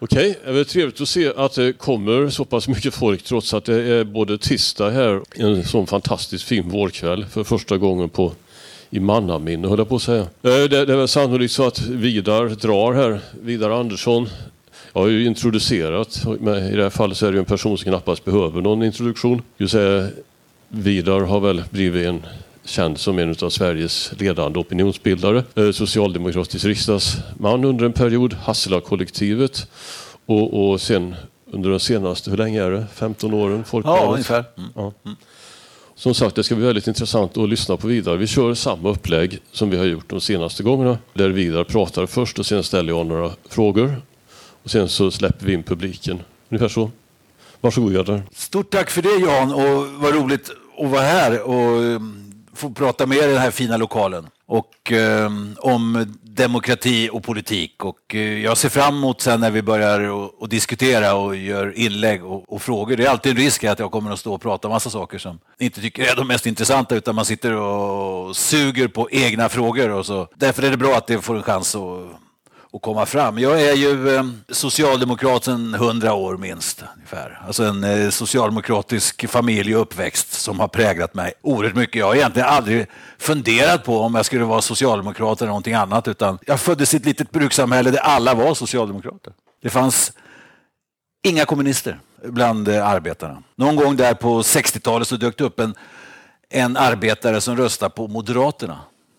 Okej, det är trevligt att se att det kommer så pass mycket folk trots att det är både tisdag här, en sån fantastiskt fin vårkväll för första gången i mannaminne, höll jag på att säga. Det är väl sannolikt så att Vidar drar här, Vidar Andersson. Jag har ju introducerat, men i det här fallet så är det ju en person som knappast behöver någon introduktion. Vidar har väl blivit känd som en av Sveriges ledande opinionsbildare. Socialdemokratisk riksdagsman under en period, Hassela-kollektivet. Och sen under de senaste, hur länge är det? 15 åren? Ja, ungefär. Ja. Som sagt, det ska bli väldigt intressant att lyssna på Vidar. Vi kör samma upplägg som vi har gjort de senaste gångerna. Där Vidar pratar först och sen ställer jag några frågor. Och sen så släpper vi in publiken. Ungefär så. Varsågod, Vidar. Stort tack för det, Jan. Och vad roligt att vara här och få prata med er i den här fina lokalen. Och om demokrati och politik. Och jag ser fram emot sen när vi börjar att diskutera och gör inlägg och frågor. Det är alltid en risk att jag kommer att stå och prata om massa saker som ni inte tycker är de mest intressanta, utan man sitter och suger på egna frågor. Och så. Därför är det bra att det får en chans att komma fram. Jag är ju socialdemokrat sedan 100 år minst ungefär. Alltså en socialdemokratisk familj och uppväxt som har präglat mig oerhört mycket. Jag har egentligen aldrig funderat på om jag skulle vara socialdemokrat eller någonting annat, utan jag föddes i ett litet brukssamhälle där alla var socialdemokrater. Det fanns inga kommunister bland arbetarna. Någon gång där på 60-talet så dök det upp en arbetare som röstade på Moderaterna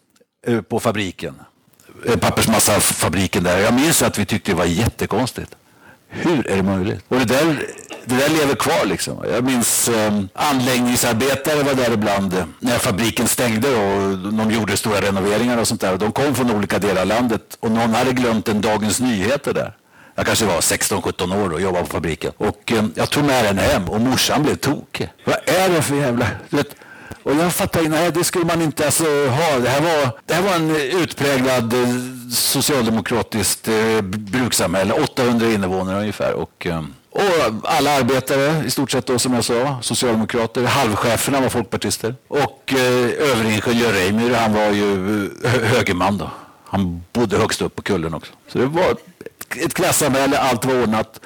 på fabriken. Pappersmassafabriken där. Jag minns att vi tyckte det var jättekonstigt. Hur är det möjligt? Och det där lever kvar liksom. Jag minns anläggningsarbetare var där ibland när fabriken stängde och de gjorde stora renoveringar och sånt där. Och de kom från olika delar av landet och någon hade glömt en Dagens Nyheter där. Jag kanske var 16-17 år och jobbade på fabriken. Och jag tog med den hem och morsan blev tokig. Vad är det för jävla... Och jag fattar nej, det skulle man inte alltså ha. Det här var en utpräglad socialdemokratiskt brukssamhälle, 800 invånare ungefär. Och alla arbetare i stort sett då, som jag sa, socialdemokrater. Halvcheferna var folkpartister. Och överingenjör Reimyr, han var ju högerman då. Han bodde högst upp på kullen också. Så det var ett klassamhälle, allt var ordnat.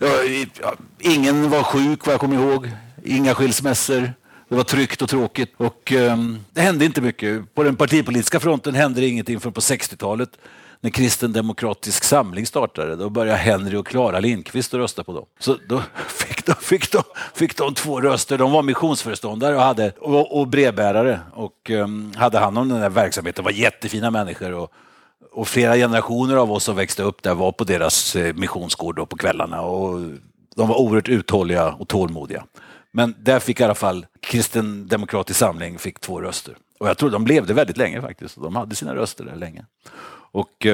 Ingen var sjuk, vad jag kommer ihåg. Inga skilsmässor. Det var tryggt och tråkigt och det hände inte mycket. På den partipolitiska fronten hände det ingenting förrän på 60-talet när Kristen demokratisk samling startade. Då började Henry och Klara Lindqvist att rösta på dem. Så då fick de 2 röster. De var missionsföreståndare och brevbärare och hade hand om den här verksamheten. Det var jättefina människor och flera generationer av oss som växte upp där var på deras missionsgård på kvällarna och de var oerhört uthålliga och tålmodiga. Men där fick i alla fall Kristen demokratisk samling fick 2 röster. Och jag tror de levde väldigt länge faktiskt. De hade sina röster där länge. Och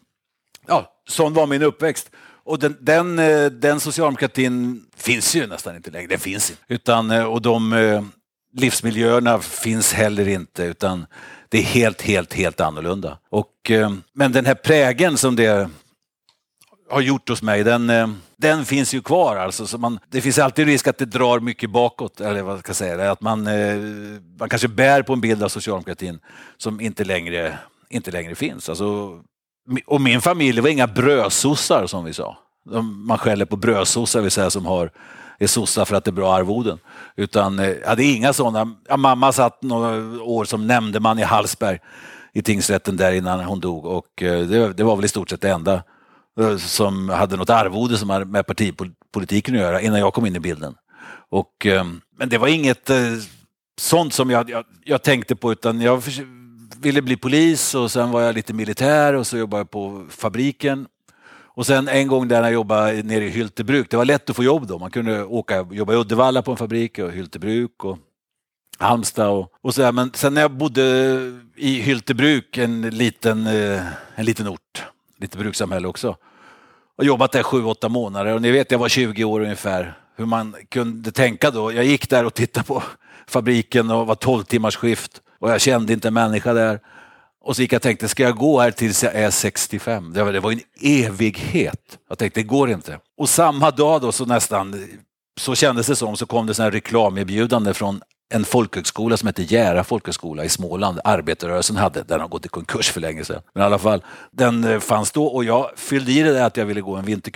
sån var min uppväxt. Och den socialdemokratin finns ju nästan inte längre. Den finns inte. Och de livsmiljöerna finns heller inte. Utan det är helt annorlunda. Men den här prägen som det har gjort hos mig, den finns ju kvar alltså, så det finns alltid risk att det drar mycket bakåt, eller vad ska jag säga, att man kanske bär på en bild av socialdemokratin som inte längre finns alltså, och min familj var inga brödsossar som vi sa. Man skäller på brödsossar vi säger som är sossar för att det är bra arvoden, utan hade inga sådana. Mamma satt några år som nämndeman i Hallsberg i tingsrätten där innan hon dog och det var väl i stort sett det enda som hade något arvode som hade med partipolitiken att göra innan jag kom in i bilden. Men det var inget sånt som jag tänkte på, utan jag ville bli polis och sen var jag lite militär och så jobbade jag på fabriken. Och sen en gång där när jag jobbade nere i Hyltebruk, det var lätt att få jobb då. Man kunde jobba i Uddevalla på en fabrik och Hyltebruk och Halmstad och så här. Men sen när jag bodde i Hyltebruk, en liten ort, lite brukssamhälle också. Och jobbat där 7-8 månader. Och ni vet, jag var 20 år ungefär. Hur man kunde tänka då. Jag gick där och tittade på fabriken och var 12 timmars skift. Och jag kände inte en människa där. Och så gick jag och tänkte, ska jag gå här tills jag är 65? Det var en evighet. Jag tänkte, det går inte. Och samma dag då så kändes det som, så kom det sån här reklamerbjudande från en folkhögskola som heter Jära folkhögskola i Småland. Arbetarrörelsen hade, den har gått i konkurs för länge sedan. Men i alla fall, den fanns då och jag fyllde i det där att jag ville gå en vinterkurs.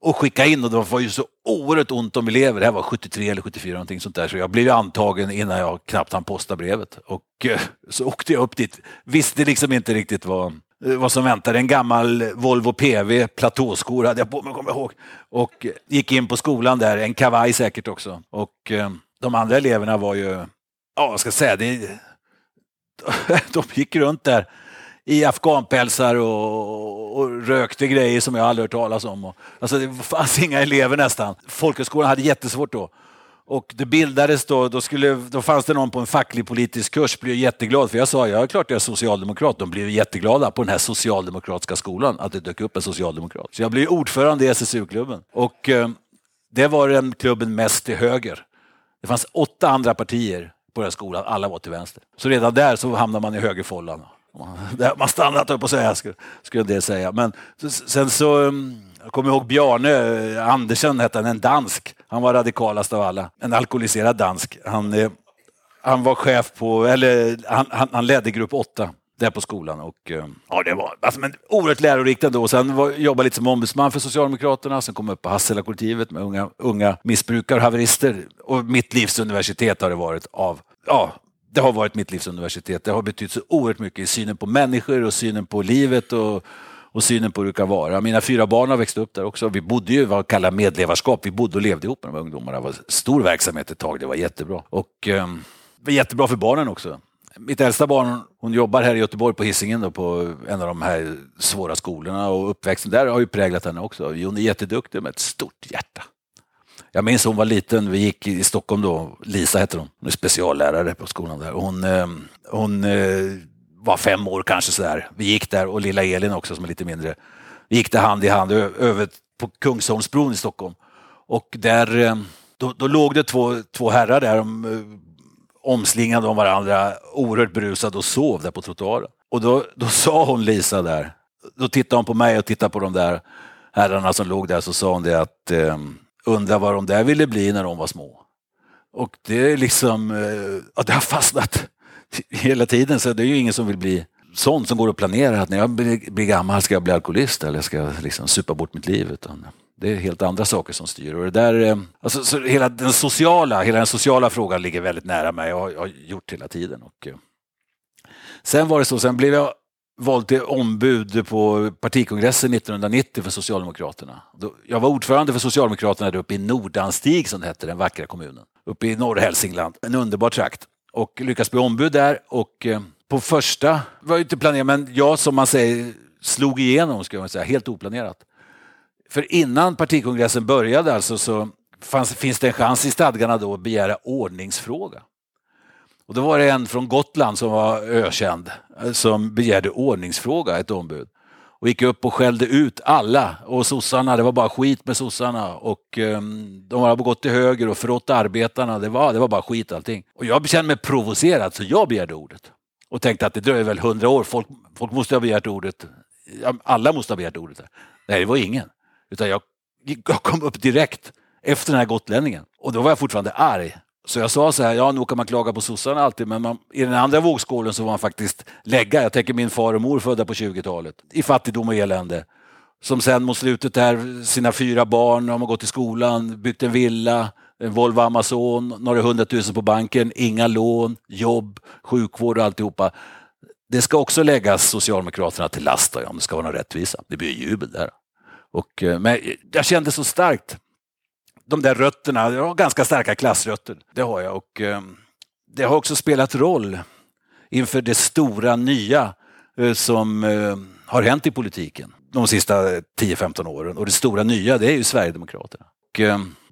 och skicka in, och det var ju så oerhört ont om elever. Det här var 73 eller 74 någonting sånt där, så jag blev antagen innan jag knappt hann posta brevet. Och så åkte jag upp dit. Visste liksom inte riktigt vad som väntade. En gammal Volvo PV, platåskor hade jag på mig, kommer jag ihåg. Och gick in på skolan där, en kavaj säkert också. Och de andra eleverna var ju, vad ska jag säga, de gick runt där i afghanpälsar och rökte grejer som jag aldrig hört talas om. Alltså det fanns inga elever nästan. Folkhögskolan hade jättesvårt då. Och det bildades då fanns det någon på en facklig politisk kurs, blev jätteglad, för jag sa, jag är klart jag är socialdemokrat. De blev jätteglada på den här socialdemokratiska skolan att det dök upp en socialdemokrat. Så jag blev ordförande i SSU-klubben. Och det var den klubben mest till höger. Det fanns 8 andra partier på den här skolan, alla var till vänster. Så redan där så hamnar man i högerfållan. Man stannade upp och säga, skulle det säga. Men sen så jag kommer ihåg Bjarne Andersen, hette han, en dansk. Han var radikalast av alla. En alkoholiserad dansk. Han var chef på, eller han ledde grupp 8 där på skolan. Och det var men oerhört lärorikt ändå. Sen jobbade lite som ombudsman för Socialdemokraterna. Sen kom jag upp på Hassela-kollektivet med unga missbrukare och haverister. Och mitt livs universitet har det varit det har varit mitt livs universitet. Det har betytt så oerhört mycket i synen på människor och synen på livet och synen på hur det kan vara. Mina 4 barn har växt upp där också. Vi bodde ju vad kallar medlevarskap. Vi bodde och levde ihop med de ungdomarna. Det var stor verksamhet ett tag. Det var jättebra. Och det var jättebra för barnen också. Mitt äldsta barn, hon jobbar här i Göteborg på Hisingen då, på en av de här svåra skolorna. Och uppväxten där har ju präglat henne också. Hon är jätteduktig med ett stort hjärta. Jag minns hon var liten, vi gick i Stockholm då, Lisa heter hon är speciallärare på skolan där. Hon var 5 år kanske sådär. Vi gick där, och lilla Elin också som är lite mindre. Vi gick där hand i hand över på Kungsholmsbron i Stockholm. Och där, då låg det två herrar där, omslingade om varandra, oerhört brusade och sov där på trottoaren. Och då sa hon, Lisa där, då tittade hon på mig och tittade på de där herrarna som låg där, så sa hon det att undra vad de där ville bli när de var små. Och det är liksom, det har fastnat hela tiden, så det är ju ingen som vill bli sån som går och planerar att när jag blir gammal ska jag bli alkoholist eller ska jag liksom supa bort mitt liv, utan det är helt andra saker som styr. Och det där, alltså, så hela den sociala frågan ligger väldigt nära mig och har gjort hela tiden. Och sen var det så, sen blev jag vald till ombud på partikongressen 1990 för Socialdemokraterna. Jag var ordförande för Socialdemokraterna där uppe i Nordanstig, som det hette, den vackra kommunen. Uppe i norra Hälsingland. En underbar trakt. Och lyckas bli ombud där. Och på första, var ju inte planerat, men jag som man säger slog igenom, ska man säga, helt oplanerat. För innan partikongressen började alltså, så finns det en chans i stadgarna då att begära ordningsfråga. Och då var det en från Gotland som var ökänd som begärde ordningsfråga, ett ombud. Och gick upp och skällde ut alla. Och sossarna, det var bara skit med sossarna. Och de har gått till höger och förrått arbetarna. Det var bara skit allting. Och jag kände mig provocerad, så jag begärde ordet. Och tänkte att det dröjer väl 100 år. Folk måste ha begärt ordet. Alla måste ha begärt ordet. Nej, det var ingen. Utan jag kom upp direkt efter den här gotlänningen. Och då var jag fortfarande arg. Så jag sa så här, nu kan man klaga på sossarna alltid, men i den andra vågskålen så var man faktiskt lägga. Jag tänker min far och mor födda på 20-talet. I fattigdom och elände. Som sen mot slutet här, sina 4 barn, har man gått i skolan, byggt en villa, en Volvo Amazon, några 100 000 på banken, inga lån, jobb, sjukvård och alltihopa. Det ska också läggas Socialdemokraterna till last om det ska vara någon rättvisa. Det blir jubel där. Men jag kände så starkt. De där rötterna, jag har ganska starka klassrötter, det har jag. Och det har också spelat roll inför det stora nya som har hänt i politiken de sista 10-15 åren. Och det stora nya, det är ju Sverigedemokraterna. Och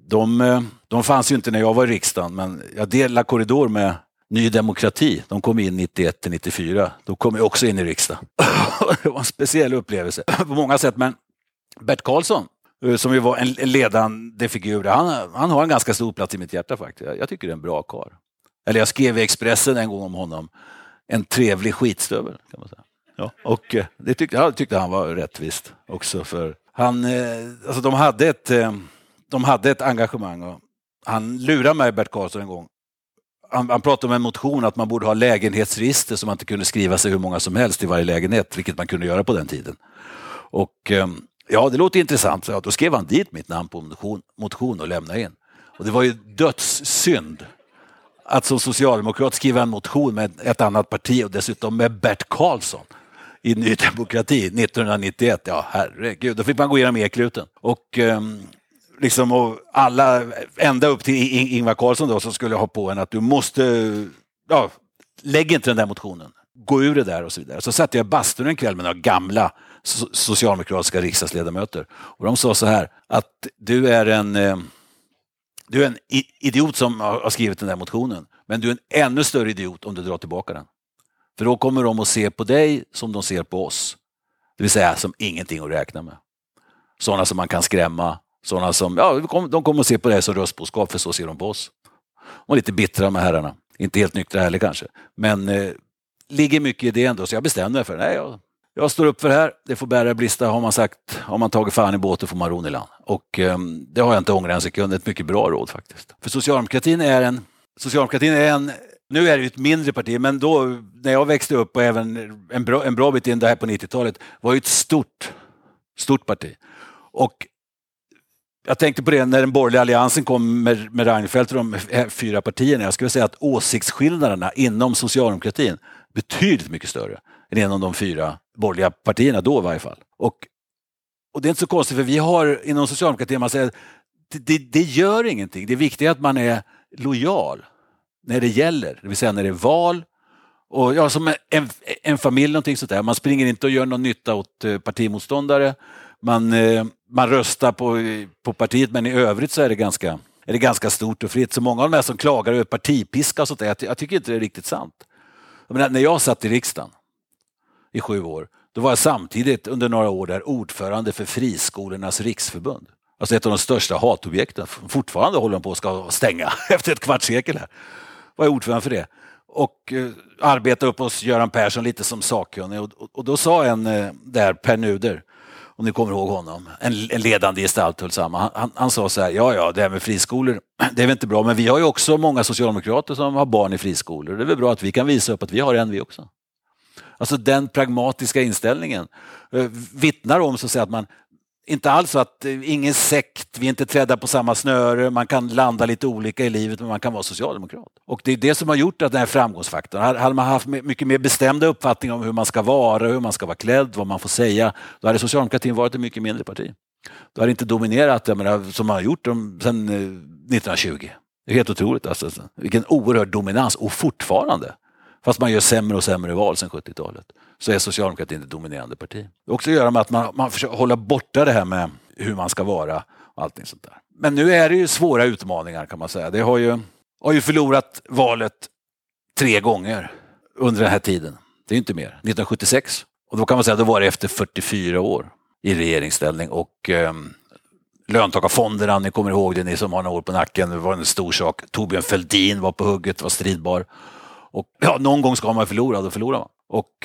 de fanns ju inte när jag var i riksdagen, men jag delade korridor med Ny demokrati. De kom in 91-94. Då kom jag också in i riksdagen. Det var en speciell upplevelse på många sätt, men Bert Karlsson, som ju var en ledande figur, han har en ganska stor plats i mitt hjärta faktiskt. Jag tycker det är en bra karl. Eller jag skrev i Expressen en gång om honom. En trevlig skitstövel, kan man säga. Ja. Och det tyckte han var rättvist också, för han, alltså de hade ett engagemang, och han lurade mig, Bert Karlsson, en gång. Han pratade om en motion att man borde ha lägenhetsregister så man inte kunde skriva sig hur många som helst i varje lägenhet, vilket man kunde göra på den tiden. Och Ja, det låter intressant. Så då skrev han dit mitt namn på motion och lämnade in. Och det var ju dödssynd att som socialdemokrat skriva en motion med ett annat parti och dessutom med Bert Karlsson i Ny Demokrati 1991. Ja, herregud. Då fick man gå igenom ekluten. Och och alla, ända upp till Ingvar Carlsson då, som skulle ha på en att du måste, lägg inte den där motionen. Gå ur det där och så vidare. Så satt jag i bastun en kväll med några gamla socialdemokratiska riksdagsledamöter. Och de sa så här, att du är en idiot som har skrivit den där motionen. Men du är en ännu större idiot om du drar tillbaka den. För då kommer de att se på dig som de ser på oss. Det vill säga som ingenting att räkna med. Sådana som man kan skrämma. Sådana som, de kommer att se på dig som röstboskap, för så ser de på oss. Och lite bittra med herrarna. Inte helt nyktra heller kanske. Men ligger mycket i det ändå. Så jag bestämde mig för, jag står upp för det här. Det får bära blista, har man sagt. Har man tagit fan i båten får man ron i land. Och det har jag inte ångrat en sekund. Ett mycket bra råd faktiskt. För socialdemokratin är en, nu är det ju ett mindre parti, men då när jag växte upp och även en bra bit in det här på 90-talet var ju ett stort parti. Och jag tänkte på det när den borgerliga alliansen kom med Reinfeldt och de 4 partierna. Jag skulle säga att åsiktsskillnaderna inom socialdemokratin betydligt mycket större än inom de 4 borgerliga partierna då i varje fall. Och det är inte så konstigt, för vi har inom socialdemokratin, man säger det gör ingenting. Det är viktigt att man är lojal när det gäller, det vill säga när det är val och som en familj någonting sånt där. Man springer inte och gör någon nytta åt partimotståndare. Man röstar på partiet, men i övrigt så är det ganska stort och fritt. Så många av de här som klagar över partipiska och sånt där, jag tycker inte det är riktigt sant. När jag satt i riksdagen i 7 år, då var jag samtidigt under några år där ordförande för Friskolornas riksförbund. Alltså ett av de största hatobjekten. Fortfarande håller de på att ska stänga efter ett kvartssekel här. Var jag ordförande för det. Och arbetade upp hos Göran Persson lite som sakkunnig. Och då sa en där, Per Nuder, om ni kommer ihåg honom, en ledande gestalt höll samma. Han sa så här, det här med friskolor, det är väl inte bra, men vi har ju också många socialdemokrater som har barn i friskolor. Det är väl bra att vi kan visa upp att vi har en vi också. Alltså den pragmatiska inställningen vittnar om så att säga att man inte alls att ingen sekt, vi är inte trädda på samma snöre, man kan landa lite olika i livet, men man kan vara socialdemokrat. Och det är det som har gjort att den här framgångsfaktorn, hade man haft mycket mer bestämda uppfattningar om hur man ska vara, hur man ska vara klädd, vad man får säga, då hade socialdemokratin varit ett mycket mindre parti. Då hade inte dominerat, som man har gjort sedan 1920. Det är helt otroligt alltså. Vilken oerhörd dominans, och fortfarande. Fast man gör sämre och sämre val sedan 70-talet. Så är socialdemokratin ett dominerande parti. Det också gör med att man försöker hålla borta det här med hur man ska vara och allting sånt där. Men nu är det ju svåra utmaningar kan man säga. Det har ju förlorat valet 3 gånger under den här tiden. Det är inte mer. 1976. Och då kan man säga att det var efter 44 år i regeringsställning. Och löntagarfonderna, ni kommer ihåg det, ni som har några år på nacken, det var en stor sak. Torbjörn Fälldin var på hugget, var stridbar. Och någon gång ska man förlora, då förlorar man. Och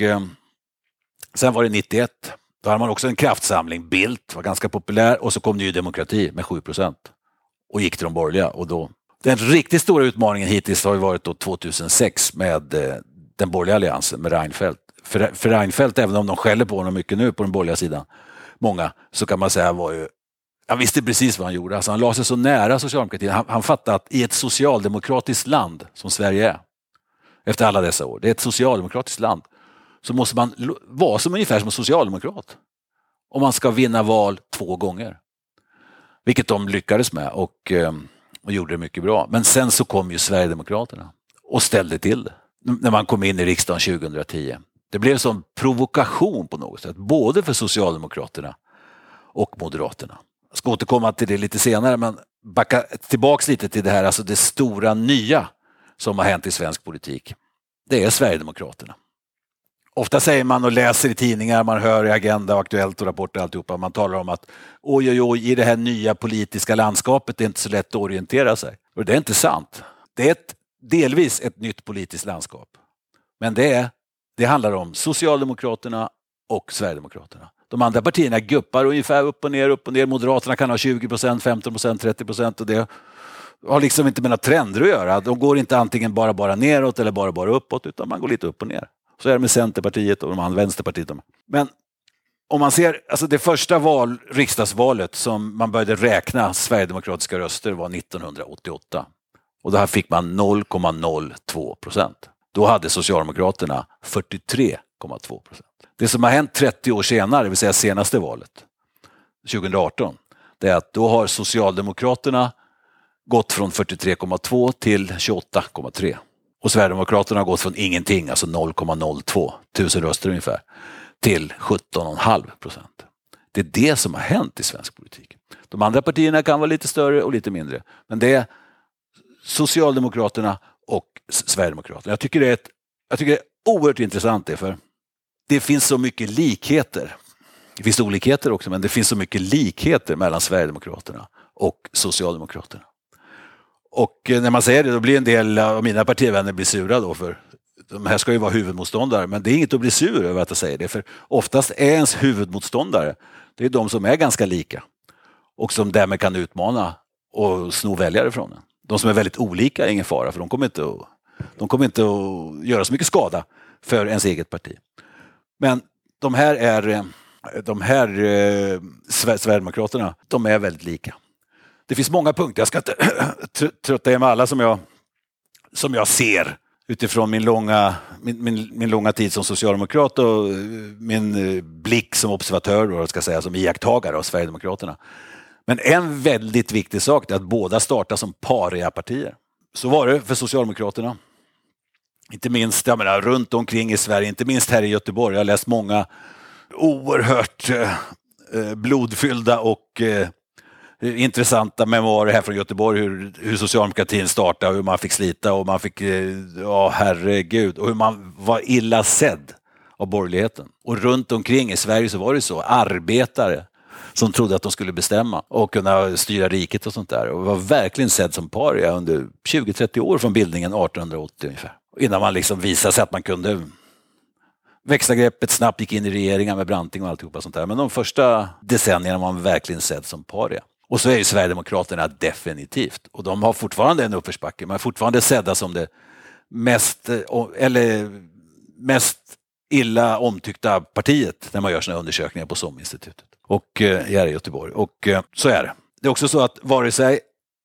sen var det 91. Då hade man också en kraftsamling. Bildt var ganska populär. Och så kom Ny Demokrati med 7%. Och gick till de borgerliga. Och då, den riktigt stora utmaningen hittills har ju varit då 2006 med den borgerliga alliansen med Reinfeldt. För Reinfeldt, även om de skäller på honom mycket nu på den borgerliga sidan, många, så kan man säga var ju, han visste precis vad han gjorde. Alltså han la sig så nära socialdemokratin. Han fattade att i ett socialdemokratiskt land som Sverige är, efter alla dessa år, det är ett socialdemokratiskt land, så måste man vara som ungefär som en socialdemokrat om man ska vinna val 2 gånger. Vilket de lyckades med och gjorde det mycket bra. Men sen så kom ju Sverigedemokraterna och ställde till det. När man kom in i riksdagen 2010. Det blev en sån provokation på något sätt. Både för Socialdemokraterna och Moderaterna. Jag ska återkomma till det lite senare, men backa tillbaks lite till det här. Alltså det stora nya som har hänt i svensk politik. Det är Sverigedemokraterna. Ofta säger man och läser i tidningar, man hör i Agenda och Aktuellt och Rapport och alltihopa, man talar om att oj, i det här nya politiska landskapet det är inte så lätt att orientera sig. Och det är inte sant. Det är delvis ett nytt politiskt landskap. Men det handlar om Socialdemokraterna och Sverigedemokraterna. De andra partierna guppar ungefär upp och ner. Moderaterna kan ha 20%, 15%, 30% och det har liksom inte med några trender att göra. De går inte antingen bara neråt eller bara uppåt, utan man går lite upp och ner. Så är det med Centerpartiet och de andra Vänsterpartiet. Men om man ser, alltså det första riksdagsvalet som man började räkna sverigedemokratiska röster var 1988. Och då här fick man 0,02%. Då hade Socialdemokraterna 43,2%. Det som har hänt 30 år senare, det vill säga senaste valet, 2018, det är att då har Socialdemokraterna gått från 43,2 till 28,3. Och Sverigedemokraterna har gått från ingenting, alltså 0,02 tusen röster ungefär, till 17,5%. Det är det som har hänt i svensk politik. De andra partierna kan vara lite större och lite mindre. Men det är Socialdemokraterna och Sverigedemokraterna. Jag tycker det är oerhört intressant det, för det finns så mycket likheter. Det finns olikheter också, men det finns så mycket likheter mellan Sverigedemokraterna och Socialdemokraterna. Och när man säger det, då blir en del av mina partivänner blir sura då, för de här ska ju vara huvudmotståndare, men det är inget att bli sur över att jag säger det, för oftast är ens huvudmotståndare, det är de som är ganska lika och som därmed kan utmana och sno väljare från en. De som är väldigt olika är ingen fara, för de kommer inte att göra så mycket skada för ens eget parti. Men de här Sverigedemokraterna, de är väldigt lika. Det finns många punkter, jag ska inte trötta er med alla som jag ser utifrån min långa tid som socialdemokrat och min blick som observatör, då, ska säga, som iakttagare av Sverigedemokraterna. Men en väldigt viktig sak är att båda startar som pariapartier. Så var det för Socialdemokraterna. Inte minst runt omkring i Sverige, inte minst här i Göteborg. Jag har läst många oerhört blodfyllda och intressanta memoarer här från Göteborg, hur socialdemokratin startade, hur man fick slita och man fick, herregud, och hur man var illa sedd av borgerligheten. Och runt omkring i Sverige så var det så, arbetare som trodde att de skulle bestämma och kunna styra riket och sånt där. Och var verkligen sedd som paria under 20-30 år från bildningen 1880 ungefär. Innan man liksom visade sig att man kunde växla greppet, snabbt gick in i regeringen med Branting och alltihopa sånt där. Men de första decennierna var man verkligen sedd som paria. Och så är ju Sverigedemokraterna definitivt. Och de har fortfarande en uppförsbacke. Man är fortfarande sedda som det mest illa omtyckta partiet när man gör sina undersökningar på SOM-institutet. Och här i Göteborg. Och så är det. Det är också så att vare sig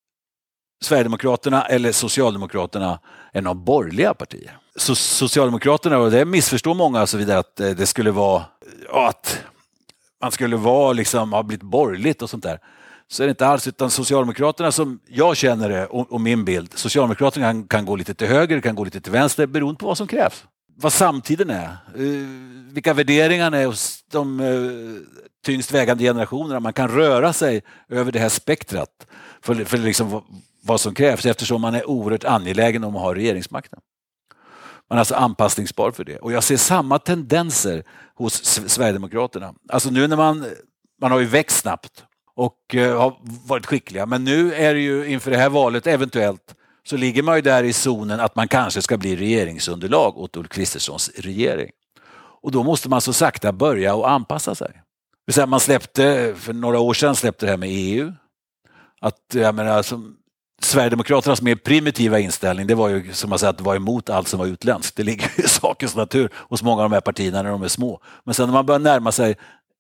Sverigedemokraterna eller Socialdemokraterna är några borgerliga partier. Så Socialdemokraterna, och det missförstår många så vidare, att det skulle vara att man skulle vara liksom, ha blivit borgerligt och sånt där. Så är det inte alls, utan Socialdemokraterna som jag känner det och min bild, Socialdemokraterna kan gå lite till höger, kan gå lite till vänster beroende på vad som krävs. Vad samtiden är, vilka värderingarna är hos de tyngst vägande generationerna. Man kan röra sig över det här spektrat för liksom vad som krävs, eftersom man är oerhört angelägen om att ha regeringsmakten. Man är alltså anpassningsbar för det. Och jag ser samma tendenser hos Sverigedemokraterna. Alltså nu när man har ju växt snabbt och har varit skickliga. Men nu är det ju inför det här valet eventuellt så ligger man ju där i zonen att man kanske ska bli regeringsunderlag åt Ulf Kristerssons regering. Och då måste man så sakta börja och anpassa sig. Man släppte, för några år sedan släppte det här med EU. Att jag menar, Sverigedemokraternas mer primitiva inställning, det var ju som att säga att det var emot allt som var utländskt. Det ligger ju i sakens natur hos många av de här partierna när de är små. Men sen när man börjar närma sig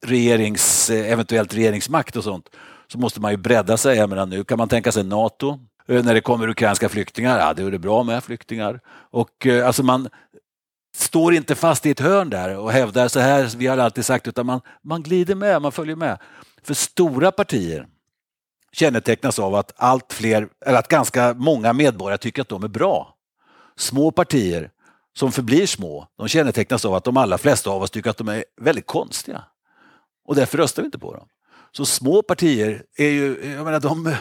eventuellt regeringsmakt och sånt, så måste man ju bredda sig. Jag menar, nu kan man tänka sig NATO. När det kommer ukrainska flyktingar, ja, det är bra med flyktingar. Och alltså man står inte fast i ett hörn där och hävdar så här, vi har alltid sagt, utan man glider med, man följer med. För stora partier kännetecknas av att att ganska många medborgare tycker att de är bra. Små partier som förblir små, de kännetecknas av att de allra flesta av oss tycker att de är väldigt konstiga. Och därför röstar vi inte på dem. Så små partier är ju, jag menar,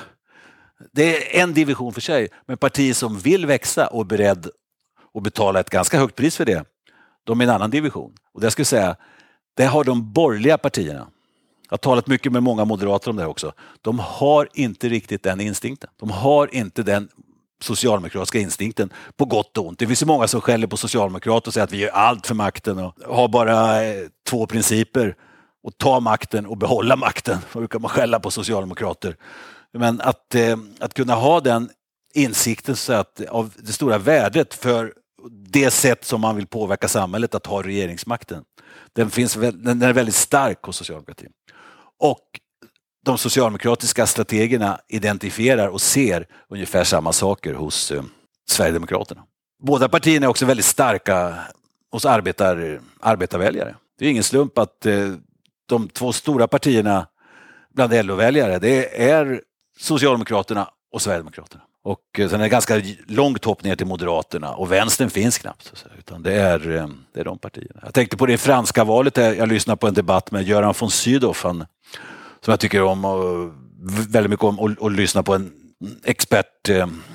det är en division för sig, men partier som vill växa och är beredd att betala ett ganska högt pris för det, de är en annan division. Och det ska jag säga, det har de borgerliga partierna. Jag har talat mycket med många moderater om det också. De har inte riktigt den instinkten. De har inte den socialdemokratiska instinkten på gott och ont. Det finns ju många som skäller på socialdemokrater och säger att vi gör allt för makten och har bara två principer: att ta makten och behålla makten. Hur kan man skälla på socialdemokrater? Men att kunna ha den insikten, så att av det stora värdet för det sätt som man vill påverka samhället att ha regeringsmakten. Den är väldigt stark hos socialdemokratin. Och de socialdemokratiska strategerna identifierar och ser ungefär samma saker hos Sverigedemokraterna. Båda partierna är också väldigt starka hos arbetarväljare. Det är ingen slump att de två stora partierna bland LO-väljare, det är Socialdemokraterna och Sverigedemokraterna. Och sen är det ganska långt hopp ner till Moderaterna och vänstern finns knappt. Utan det är de partierna. Jag tänkte på det franska valet, jag lyssnade på en debatt med Göran von Sydow, som jag tycker om väldigt mycket om att lyssna på en expert,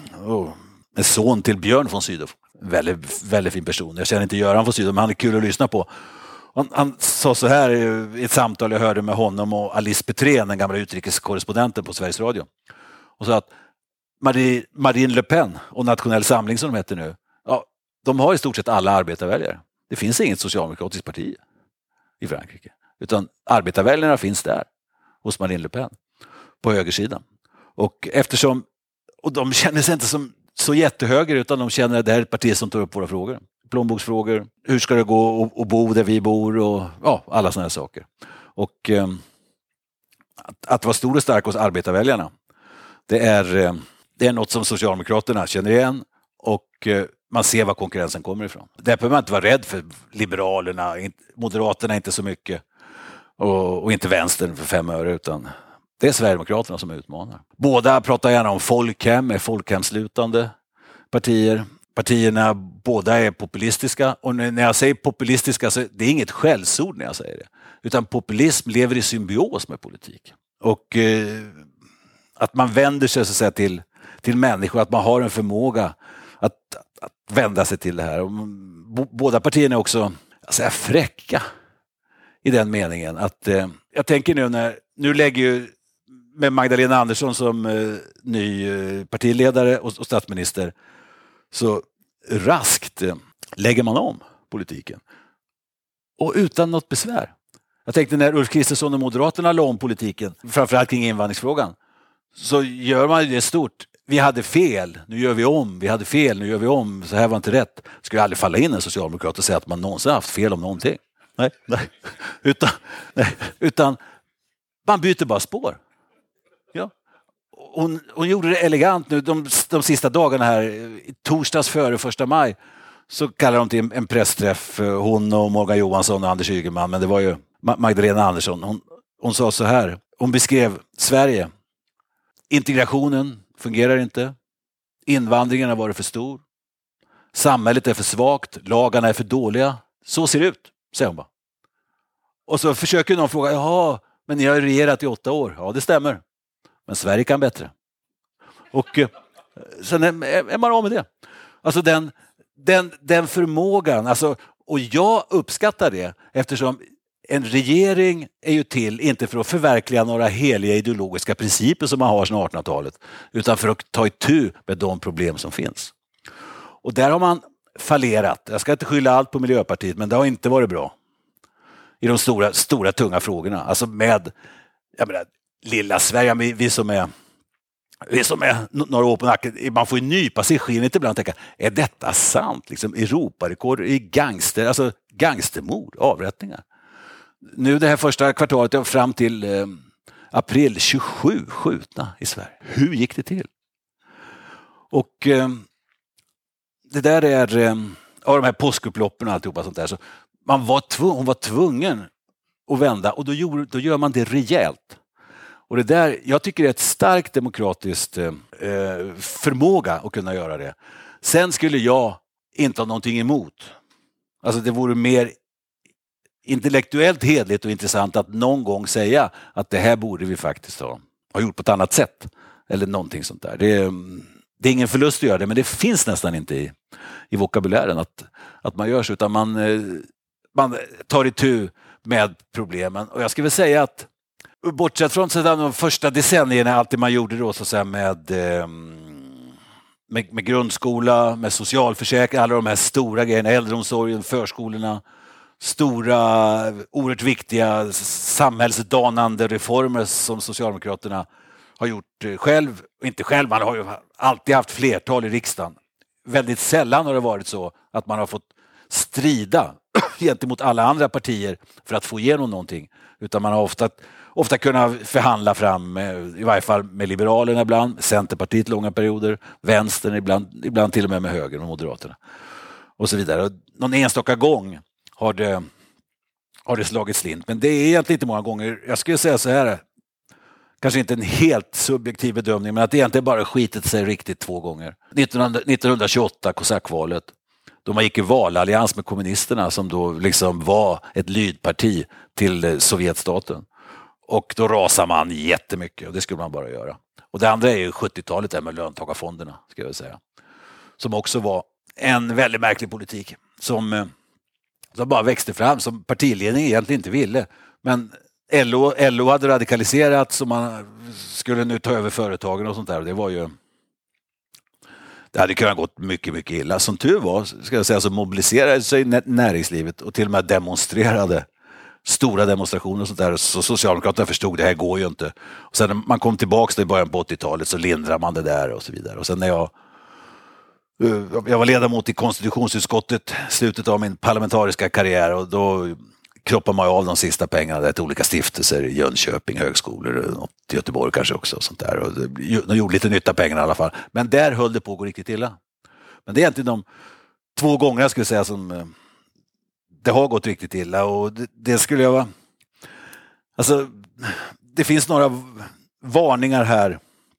en son till Björn von Sydow. Väldigt, väldigt fin person. Jag känner inte Göran von Sydow, men han är kul att lyssna på. Han sa så här i ett samtal jag hörde med honom och Alice Petrén, den gamla utrikeskorrespondenten på Sveriges Radio. Och sa att Marine Le Pen och Nationell Samling som de heter nu, ja, de har i stort sett alla arbetarväljare. Det finns inget socialdemokratiskt parti i Frankrike. Utan arbetarväljarna finns där hos Marine Le Pen på högersidan. Och de känner sig inte som så jättehöger, utan de känner att det här är ett parti som tar upp våra frågor. Plånboksfrågor, hur ska det gå och bo där vi bor och alla sådana här saker. Och att vara stor och stark hos arbetarväljarna, det är något som Socialdemokraterna känner igen och man ser var konkurrensen kommer ifrån. Där behöver man inte vara rädd för Liberalerna, Moderaterna inte så mycket och inte vänstern för 5 öre, utan det är Sverigedemokraterna som utmanar. Båda pratar gärna om folkhem, är folkhemslutande partier. Partierna båda är populistiska, och när jag säger populistiska så det är inget skällsord när jag säger det. Utan populism lever i symbios med politik. Och att man vänder sig så att säga, till människor, att man har en förmåga att vända sig till det här. Och båda partierna är också fräcka i den meningen att jag tänker nu lägger ju med Magdalena Andersson som ny partiledare och statsminister, så raskt lägger man om politiken. Och utan något besvär. Jag tänkte när Ulf Kristersson och Moderaterna la om politiken, framförallt kring invandringsfrågan, så gör man det stort. Vi hade fel, nu gör vi om. Vi hade fel, nu gör vi om. Så här var inte rätt. Skulle aldrig falla in en socialdemokrat och säga att man någonsin haft fel om någonting. Nej. Utan man byter bara spår. Ja. Hon gjorde det elegant nu de sista dagarna här, i torsdags före 1 maj, så kallar de till en pressträff, hon och Morgan Johansson och Anders Ygeman, men det var ju Magdalena Andersson. Hon sa så här, hon beskrev Sverige. Integrationen fungerar inte. Invandringen har varit för stor. Samhället är för svagt. Lagarna är för dåliga. Så ser det ut, säger hon bara. Och så försöker någon fråga, jaha, men ni har regerat i 8 år. Ja, det stämmer. Men Sverige kan bättre. Och sen är man av med det. Alltså den förmågan, alltså, och jag uppskattar det, eftersom en regering är ju till inte för att förverkliga några heliga ideologiska principer som man har sedan 1800-talet, utan för att ta itu med de problem som finns. Och där har man fallerat. Jag ska inte skylla allt på Miljöpartiet, men det har inte varit bra i de stora tunga frågorna. Alltså med, jag menar, lilla Sverige, vi som är några år på nacken, man får ju nypa sig i skinnet ibland och tänka, är detta sant? Liksom Europarekord i gangstermord, avrättningar. Nu det här första kvartalet fram till april, 27 skjutna i Sverige. Hur gick det till? Och det där är av de här påskupploppen och alltihopa sånt där, så hon var tvungen att vända, och då gör man det rejält. Och det där, jag tycker det är ett starkt demokratiskt förmåga att kunna göra det. Sen skulle jag inte ha någonting emot. Alltså det vore mer intellektuellt hedligt och intressant att någon gång säga att det här borde vi faktiskt ha gjort på ett annat sätt. Eller någonting sånt där. Det är ingen förlust att göra det, men det finns nästan inte i vokabulären att man gör så, utan man tar itu med problemen. Och jag skulle väl säga att bortsett från de första decennierna, allt det man gjorde då så att säga med grundskola, med socialförsäkring, alla de här stora grejerna, äldreomsorgen, förskolorna, stora, oerhört viktiga samhällsdanande reformer som Socialdemokraterna har gjort själv, inte själv, man har ju alltid haft flertal i riksdagen väldigt sällan har det varit så att man har fått strida gentemot alla andra partier för att få igenom någonting. Utan man har ofta kunnat förhandla fram, i varje fall med Liberalerna ibland, Centerpartiet långa perioder, Vänstern ibland till och med högern och Moderaterna. Och så vidare. Och någon enstaka gång har det slagit slint. Men det är egentligen inte många gånger. Jag skulle säga så här, kanske inte en helt subjektiv bedömning, men att det egentligen bara skitit sig riktigt 2 gånger. 1928, kosackvalet, då man gick i valallians med kommunisterna som då liksom var ett lydparti till Sovjetstaten. Och då rasar man jättemycket, och det skulle man bara göra. Och det andra är ju 70-talet där med löntagarfonderna, ska jag säga. Som också var en väldigt märklig politik som bara växte fram, som partiledningen egentligen inte ville. Men LO hade radikaliserat, så man skulle nu ta över företagen och sånt där. Och det hade kunnat gått mycket, mycket illa. Som tur var, ska jag säga, så mobiliserade sig näringslivet och till och med demonstrerade. Stora demonstrationer och sånt där. Så Socialdemokraterna förstod, det här går ju inte. Och sen när man kom tillbaka i början på 80-talet så lindrade man det där och så vidare. Och sen när jag var ledamot i konstitutionsutskottet slutet av min parlamentariska karriär, och då kroppade man av de sista pengarna där till olika stiftelser i Jönköping, högskolor och Göteborg kanske också. Och sånt där. Och de gjorde lite nytta pengarna i alla fall. Men där höll det på att gå riktigt illa. Men det är egentligen de 2 gånger jag skulle säga som det har gått riktigt illa, och det skulle jag vara... Alltså, det finns några varningar här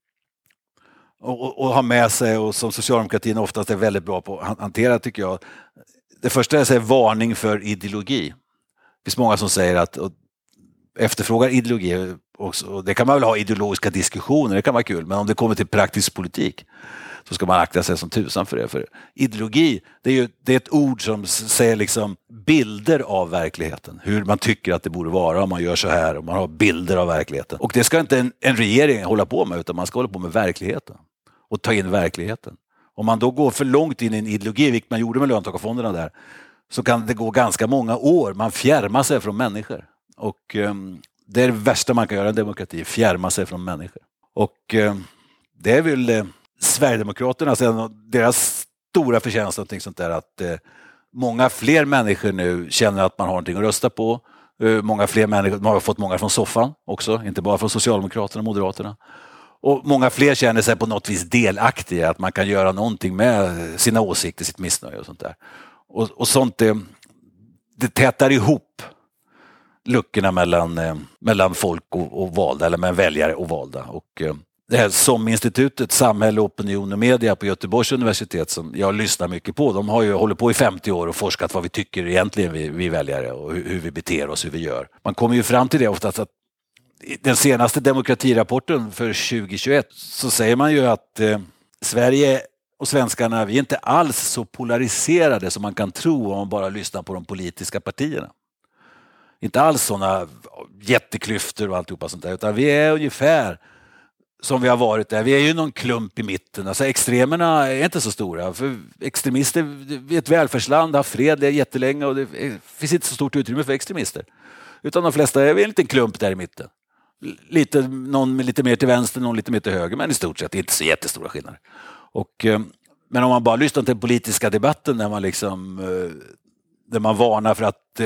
och ha med sig, och som socialdemokratin oftast är väldigt bra på att hantera, tycker jag. Det första är att säga varning för ideologi. Det finns många som säger att efterfrågar ideologi också, och det kan man väl ha ideologiska diskussioner, det kan vara kul, men om det kommer till praktisk politik så ska man akta sig som tusan för det. För ideologi, det är ett ord som säger liksom bilder av verkligheten. Hur man tycker att det borde vara om man gör så här, om man har bilder av verkligheten. Och det ska inte en regering hålla på med, utan man ska hålla på med verkligheten. Och ta in verkligheten. Om man då går för långt in i en ideologi, vilket man gjorde med löntagarfonderna där, så kan det gå ganska många år. Man fjärmar sig från människor. Och det är det värsta man kan göra i en demokrati, fjärma sig från människor. Och det är väl... Sverigedemokraterna, deras stora förtjänst och sånt där, att många fler människor nu känner att man har någonting att rösta på. Många fler människor, man har fått många från soffan också, inte bara från Socialdemokraterna och Moderaterna. Och många fler känner sig på något vis delaktiga, att man kan göra någonting med sina åsikter, sitt missnöje och sånt där. Och sånt, det tätar ihop luckorna mellan folk och valda, eller mellan väljare och valda. Och det här SOM-institutet, Samhälle, opinion och media på Göteborgs universitet, som jag lyssnar mycket på, de har ju hållit på i 50 år och forskat vad vi tycker egentligen vi väljare, och hur vi beter oss, hur vi gör. Man kommer ju fram till det oftast att den senaste demokratirapporten för 2021 så säger man ju att Sverige och svenskarna, vi är inte alls så polariserade som man kan tro om man bara lyssnar på de politiska partierna. Inte alls sådana jätteklyftor och alltihopa sånt där, utan vi är ungefär som vi har varit där. Vi är ju någon klump i mitten. Alltså extremerna är inte så stora. För extremister, vi är ett välfärdsland, har fred jättelänge, och det finns inte så stort utrymme för extremister. Utan de flesta är en liten klump där i mitten. Någon lite mer till vänster, någon lite mer till höger, men i stort sett inte så jättestora skillnader. Men om man bara lyssnar till den politiska debatten där man varnar för att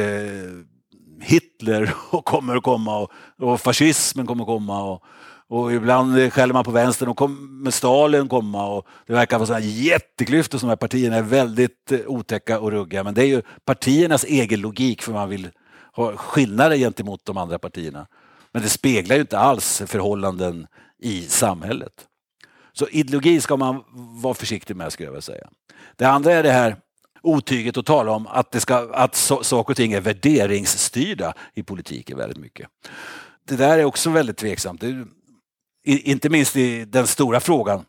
Hitler kommer att komma och fascismen kommer att komma och ibland skäller man på vänstern och kommer Stalin komma, och det verkar vara sådana jätteklyftor som de här partierna är väldigt otäcka och ruggiga, men det är ju partiernas egen logik, för man vill ha skillnader gentemot de andra partierna. Men det speglar ju inte alls förhållanden i samhället. Så ideologi ska man vara försiktig med, skulle jag vilja säga. Det andra är det här otyget att tala om att saker och ting är värderingsstyrda i politiken väldigt mycket. Det där är också väldigt tveksamt. Inte minst i den stora frågan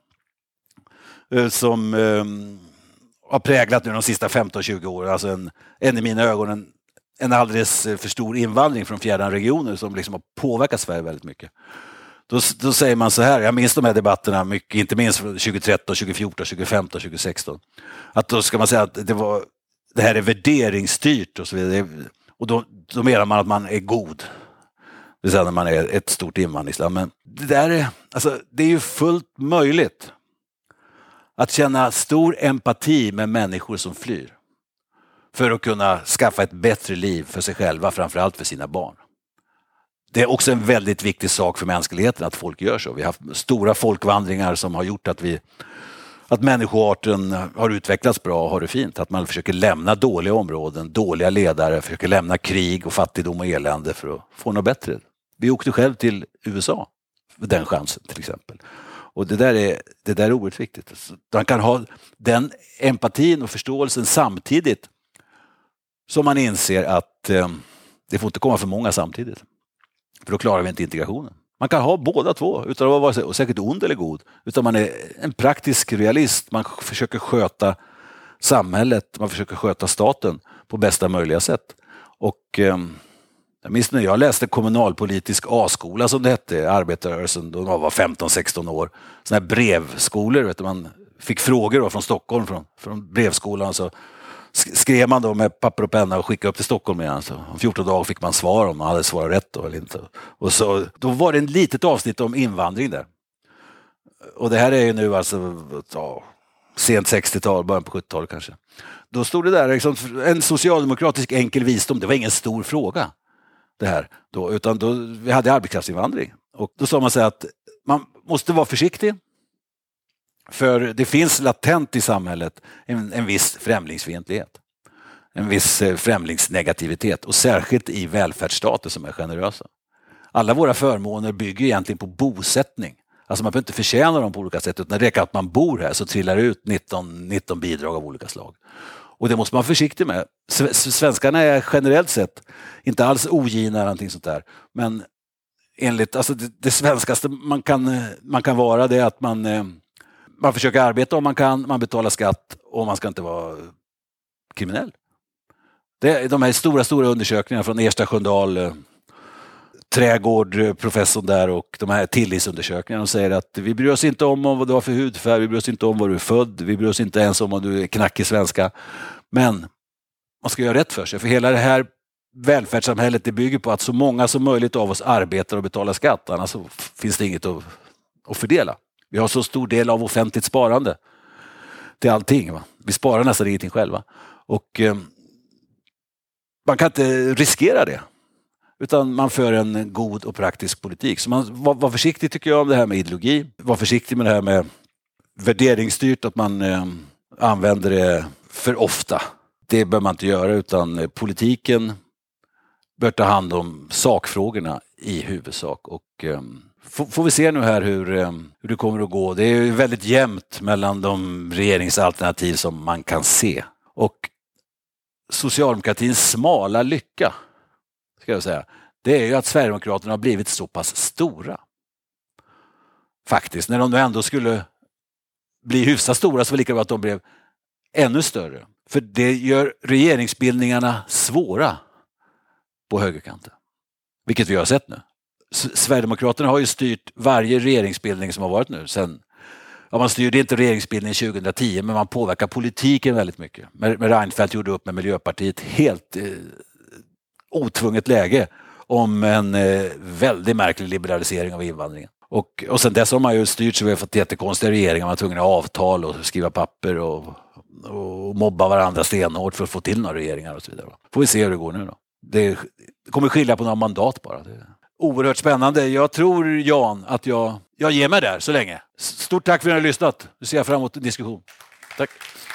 som har präglat nu de sista 15-20 åren. Alltså en i mina ögon en alldeles för stor invandring från fjärran regioner som liksom har påverkat Sverige väldigt mycket. Då säger man så här, jag minns de här debatterna mycket, inte minst från 2013, 2014, 2015, 2016. Att då ska man säga att det här är värderingsstyrt och så vidare. Och då menar man att man är god. Det vill säga när man är ett stort invandringsland. Men det är ju fullt möjligt Att känna stor empati med människor som flyr. För att kunna skaffa ett bättre liv för sig själva, framförallt för sina barn. Det är också en väldigt viktig sak för mänskligheten att folk gör så. Vi har haft stora folkvandringar som har gjort att människoarten har utvecklats bra och har det fint. Att man försöker lämna dåliga områden, dåliga ledare, försöker lämna krig och fattigdom och elände för att få något bättre. Vi åkte själv till USA för den chansen till exempel. Och det där är oerhört viktigt. Så man kan ha den empatin och förståelsen samtidigt som man inser att det får inte komma för många samtidigt. För då klarar vi inte integrationen. Man kan ha båda två utan att vara säkert ond eller god. Utan man är en praktisk realist. Man försöker sköta samhället, man försöker sköta staten på bästa möjliga sätt. Och jag minns när jag läste kommunalpolitisk A-skola som det hette, arbetarrörelsen, då man var 15-16 år. Såna här brevskolor, vet du, man fick frågor då från Stockholm, från brevskolan, så skrev man då med papper och penna och skickade upp till Stockholm igen. Så om 14 dagar fick man svar om man hade svarat rätt då eller inte. Och så, då var det en litet avsnitt om invandring där. Och det här är ju nu alltså sent 60-tal, början på 70-tal kanske. Då stod det där liksom, en socialdemokratisk enkel visdom, det var ingen stor fråga det här då, utan då, vi hade arbetskraftsinvandring. Och då sa man så att man måste vara försiktig. För det finns latent i samhället en viss främlingsfientlighet. En viss främlingsnegativitet. Och särskilt i välfärdsstater som är generösa. Alla våra förmåner bygger egentligen på bosättning. Alltså man behöver inte förtjäna dem på olika sätt. Utan det räcker att man bor här så trillar det ut 19 bidrag av olika slag. Och det måste man vara försiktig med. Svenskarna är generellt sett inte alls ogina eller någonting sånt där. Men enligt, alltså det svenskaste man kan vara, det är att man försöker arbeta om man kan, man betalar skatt och man ska inte vara kriminell. Det är de här stora undersökningarna från Ersta Sköndal, trädgård, professorn där, och de här tillitsundersökningarna, de säger att vi bryr oss inte om vad du har för hudfärg, vi bryr oss inte om var du är född, vi bryr oss inte ens om du är knackig svenska. Men man ska göra rätt för sig, för hela det här välfärdssamhället, det bygger på att så många som möjligt av oss arbetar och betalar skatt, annars så finns det inget att fördela. Vi har så stor del av offentligt sparande till allting. Va? Vi sparar nästan ingenting själva. Och man kan inte riskera det. Utan man för en god och praktisk politik. Så man var försiktig, tycker jag, om det här med ideologi. Var försiktig med det här med värderingsstyrt, att man använder det för ofta. Det bör man inte göra, utan politiken bör ta hand om sakfrågorna i huvudsak. Och får vi se nu här hur det kommer att gå. Det är ju väldigt jämnt mellan de regeringsalternativ som man kan se. Och socialdemokratins smala lycka, ska jag säga, det är ju att Sverigedemokraterna har blivit så pass stora. Faktiskt, när de ändå skulle bli hyfsat stora, så var det lika bra att de blev ännu större. För det gör regeringsbildningarna svåra på högerkanten. Vilket vi har sett nu. Sverigedemokraterna har ju styrt varje regeringsbildning som har varit nu. Man styrde inte regeringsbildningen 2010, men man påverkar politiken väldigt mycket. Med Reinfeldt gjorde upp med Miljöpartiet helt otvunget läge om en väldigt märklig liberalisering av invandringen. Och sen dess har man ju styrt, så vi har fått jättekonstiga regeringar. Man var tvungen att ha avtal och skriva papper och mobba varandra stenhårt för att få till några regeringar och så vidare. Får vi se hur det går nu då. Det kommer skilja på några mandat bara. Det är oerhört spännande. Jag tror, Jan, att jag ger mig där så länge. Stort tack för att ni har lyssnat. Nu ser jag fram emot en diskussion. Tack.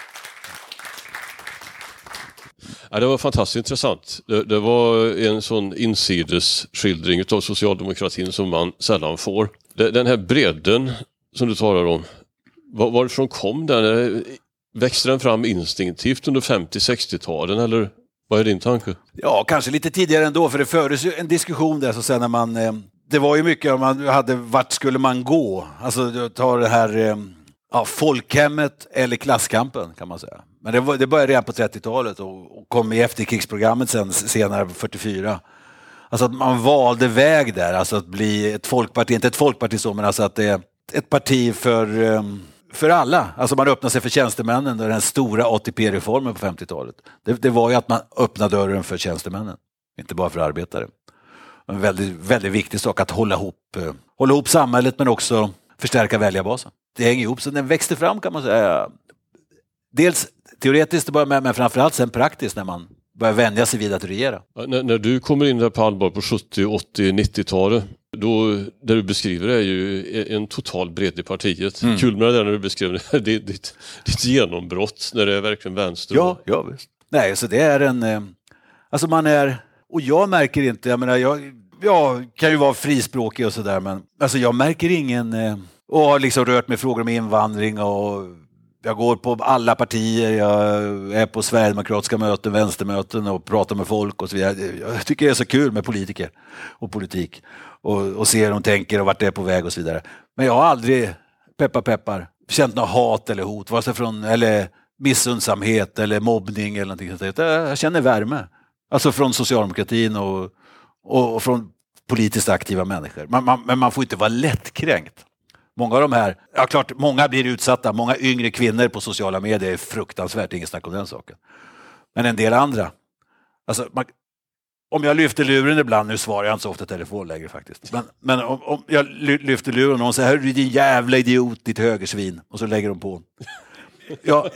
Ja, det var fantastiskt intressant. Det var en sån insidesskildring av socialdemokratin som man sällan får. Den här bredden som du talar om, varifrån kom den? Växte den fram instinktivt under 50-60-talen, eller vad är din tanke? Ja, kanske lite tidigare ändå, för det fördes ju en diskussion där, så sen när man det var ju mycket om man hade, vart skulle man gå? Alltså ta det här folkhemmet eller klasskampen, kan man säga. Men det började redan på 30-talet och kom i efterkrigsprogrammet senare på 44. Alltså att man valde väg där, alltså att bli ett folkparti, inte ett folkparti så, men alltså att det är ett parti för alla. Alltså man öppnade sig för tjänstemännen, den stora ATP-reformen på 50-talet. Det var ju att man öppnade dörren för tjänstemännen, inte bara för arbetare. En väldigt, väldigt viktig sak att hålla ihop samhället, men också förstärka väljarbasen. det hänger ihop. Så den växte fram kan man säga. Dels teoretiskt men framförallt sen praktiskt när man börjar vänja sig vid att regera. När du kommer in där på allvar på 70, 80, 90-talet, då det du beskriver är ju en total bredd i partiet. Kul med det där när du beskriver ditt genombrott när det är verkligen vänster. Ja visst. Nej, så det är alltså man är, och jag märker inte, jag menar jag kan ju vara frispråkig och sådär, men alltså jag märker ingen, och har liksom rört med frågor om invandring och jag går på alla partier, jag är på sverigedemokratiska möten, vänstermöten och pratar med folk och så vidare. Jag tycker det är så kul med politiker och politik och se hur de tänker och vart det är på väg och så vidare. Men jag har aldrig, peppar, känt något hat eller hot, vare sig från, eller missundsamhet eller mobbning eller någonting sånt. Jag känner värme. Alltså från socialdemokratin och från politiskt aktiva människor. Men man får inte vara lättkränkt. Många av de här, ja klart, många blir utsatta. Många yngre kvinnor på sociala medier är fruktansvärt, ingen snack om den saken. Men en del andra. Alltså, om jag lyfter luren ibland, nu svarar jag inte så ofta telefon längre faktiskt. Men om jag lyfter luren och någon säger, hör du din jävla idiot, ditt högersvin. Och så lägger de på. Ja,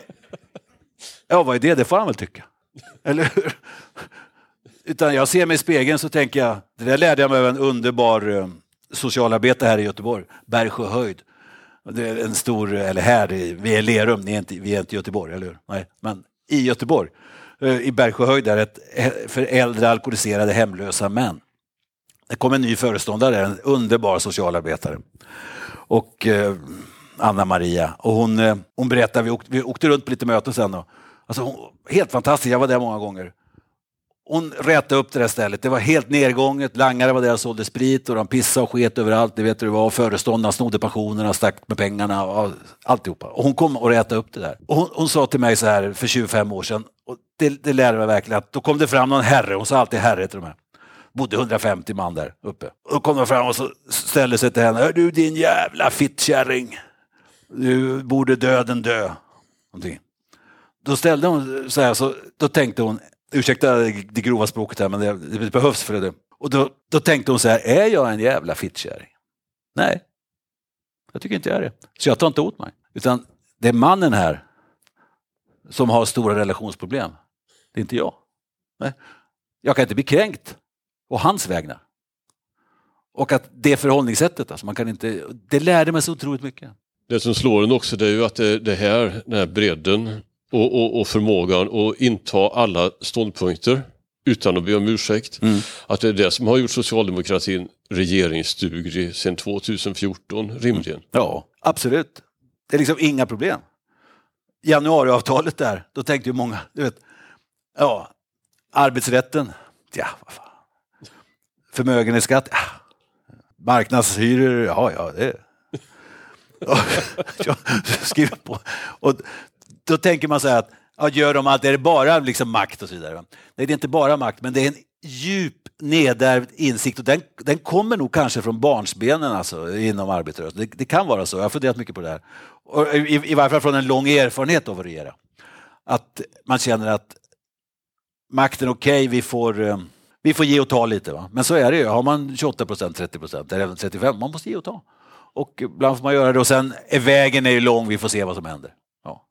vad är det? Det får han väl tycka. Eller hur? Utan jag ser mig i spegeln så tänker jag, det där lärde jag mig av en underbar socialarbetare här i Göteborg, Bergsjöhöjd. Det är en stor, eller här, vi är Lerum, vi är inte i Göteborg, eller hur? Nej, men i Göteborg, i Bergsjöhöjd är ett för äldre alkoholiserade hemlösa män. Det kom en ny föreståndare, en underbar socialarbetare. Och Anna-Maria. Och hon berättade, vi åkte runt på lite möten sen då. Alltså helt fantastiskt, jag var där många gånger. Hon rätade upp det där stället. Det var helt nedgånget. Langare var där och sålde sprit och de pissade och sket överallt. Det vet du, det var föreståndarna, snodde pensionerna, stack med pengarna och alltihopa. Och hon kom och rätade upp det där. Och hon sa till mig så här för 25 år sedan, och det lärde mig verkligen, att då kom det fram någon herre, hon sa alltid herre till de här. Bodde 150 man där uppe. Och då kom de fram och så ställde sig till henne. Hör du din jävla fittkärring. Du borde döden dö. Någonting. Då ställde hon så här, så då tänkte hon, ursäkta det grova språket här, men det behövs för det. Och då tänkte hon så här, är jag en jävla fittkärring? Nej, jag tycker inte jag är det. Så jag tar inte åt mig. Utan det är mannen här som har stora relationsproblem. Det är inte jag. Nej. Jag kan inte bli kränkt och hans vägnar. Och att det förhållningssättet, alltså man kan inte, det lärde mig så otroligt mycket. Det som slår en också, det är ju att den här bredden och förmågan att inta alla ståndpunkter utan att be om ursäkt. Att det är det som har gjort socialdemokratin regeringsduglig sedan 2014 rimligen. Ja, absolut. Det är liksom inga problem. Januariavtalet där, då tänkte ju många, du vet, ja, arbetsrätten, ja, vad fan. Förmögenhetsskatt, ja. Marknadshyror, ja, det är. Jag skriver på. Och då tänker man så här att ja, gör de allt, är det bara liksom makt och så vidare. Nej, det är inte bara makt, men det är en djup nedärvd insikt och den kommer nog kanske från barnsbenen alltså, inom arbetarrörelsen. Det kan vara så, jag har funderat mycket på det här. Och i varje fall från en lång erfarenhet av att regera. Att man känner att makten okej, vi får ge och ta lite. Va? Men så är det ju, har man 28%, 30% eller även 35%, man måste ge och ta. Och ibland får man göra det och sen vägen är ju lång, vi får se vad som händer. Ja.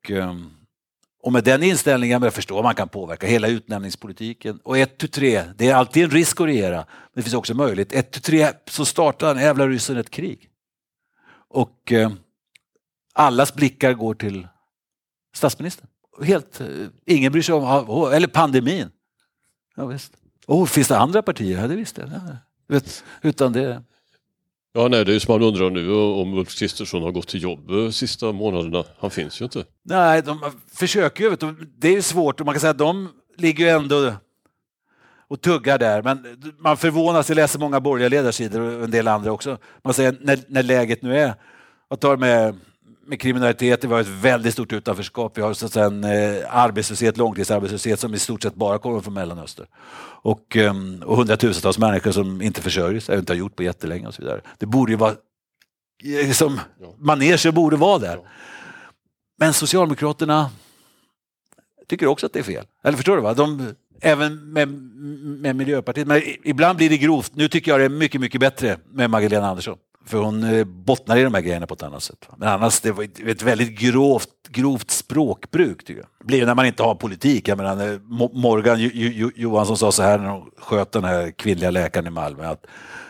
Och med den inställningen, jag förstår man kan påverka hela utnämningspolitiken. Och 1-3, det är alltid en risk att regera. Men det finns också möjlighet. 1-3 så startar en jävla ryssen ett krig. Och allas blickar går till statsministern. Helt, ingen bryr sig om, eller pandemin. Ja visst. Finns det andra partier? Ja, det visste jag. Ja. Utan det... Ja, nej, det är ju som man undrar nu om Ulf Kristersson har gått till jobb sista månaderna. Han finns ju inte. Nej, de försöker ju. Det är ju svårt och man kan säga att de ligger ju ändå och tuggar där. Men man förvånas, jag läser många borgerliga ledarsidor och en del andra också. Man säger när läget nu är, att tar med kriminalitet, det var ett väldigt stort utanförskap. Vi har så att säga en arbetslöshet, långtidsarbetslöshet som i stort sett bara kommer från Mellanöstern. Och 100,000-tals människor som inte försörjer sig, inte har gjort på jättelänge och så vidare. Det borde ju vara liksom, maneger borde vara där. Ja. Men Socialdemokraterna tycker också att det är fel. Eller förstår du va? Även med Miljöpartiet. Men ibland blir det grovt. Nu tycker jag det är mycket, mycket bättre med Magdalena Andersson. För hon bottnar i de här grejerna på ett annat sätt. Men annars, det var ett väldigt grovt språkbruk, tycker jag. Det blir när man inte har politik. Jag menar, Morgan Johansson sa så här när de sköt den här kvinnliga läkaren i Malmö. Att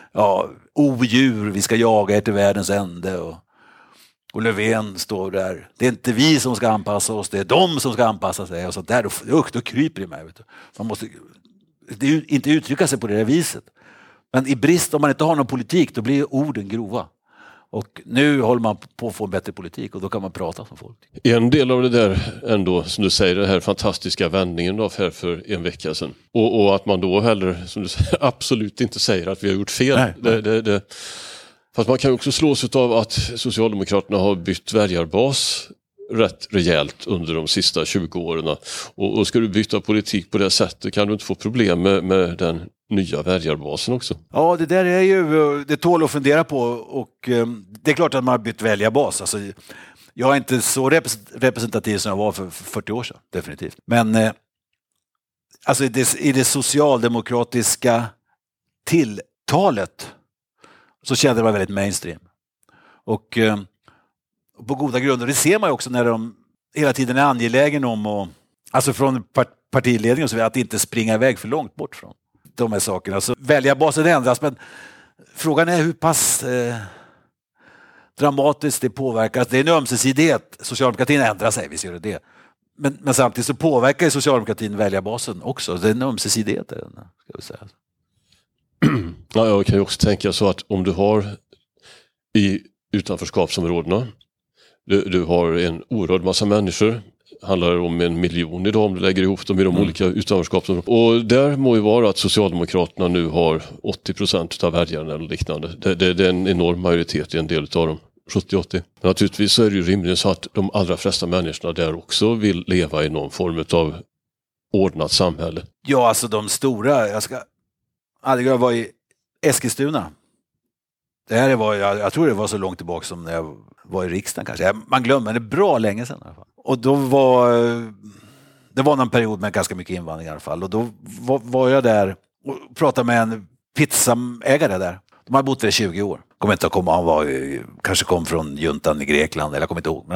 odjur, vi ska jaga er till världens ände. Och Löfven står där. Det är inte vi som ska anpassa oss, det är de som ska anpassa sig. Och så där, då kryper det mig. Vet du. Man måste inte uttrycka sig på det där viset. Men i brist, om man inte har någon politik, då blir orden grova. Och nu håller man på att få en bättre politik och då kan man prata som folk. En del av det där ändå, som du säger, den här fantastiska vändningen då här för en vecka sedan. Och att man då heller, som du säger, absolut inte säger att vi har gjort fel. Nej. Fast man kan också slås av att Socialdemokraterna har bytt väljarbas rätt rejält under de sista 20 åren. Och ska du byta politik på det sättet kan du inte få problem med den nya väljarbasen också. Ja, det där är ju, det tål att fundera på, och det är klart att man har bytt väljarbas. Alltså, jag är inte så representativ som jag var för 40 år sedan, definitivt. Men alltså i det socialdemokratiska tilltalet så kände det var väldigt mainstream. Och på goda grunder, det ser man ju också när de hela tiden är angelägen om att, alltså från partiledningen och så vidare, att inte springa iväg för långt bort från de här sakerna. Så väljarbasen ändras, men frågan är hur pass dramatiskt det påverkar. Det är en ömsesidighet. Socialdemokratin ändrar sig, visst gör det. Men samtidigt så påverkar ju socialdemokratin väljarbasen också. Det är en ömsesidighet, ska vi säga. Ja, jag kan ju också tänka så att om du har i utanförskapsområdena, du har en oerhörd massa människor, handlar om 1 miljon idag om du lägger ihop dem i de olika utanförskapsområdena. Och där må ju vara att Socialdemokraterna nu har 80% av väljarna eller liknande. Det är en enorm majoritet i en del av dem. 70-80. Men naturligtvis så är det ju rimligen så att de allra flesta människorna där också vill leva i någon form av ordnat samhälle. Ja, alltså de stora, jag ska aldrig vara i Eskilstuna. Det här var, jag tror det var så långt tillbaka som när jag var i riksdagen kanske. Man glömmer det bra länge sedan i alla fall. Och då det var någon period med ganska mycket invandring i alla fall. Och då var jag där och pratade med en pizzaägare där. De hade bott där i 20 år. Kommer inte att komma, kanske kom från juntan i Grekland, eller jag kommer inte ihåg.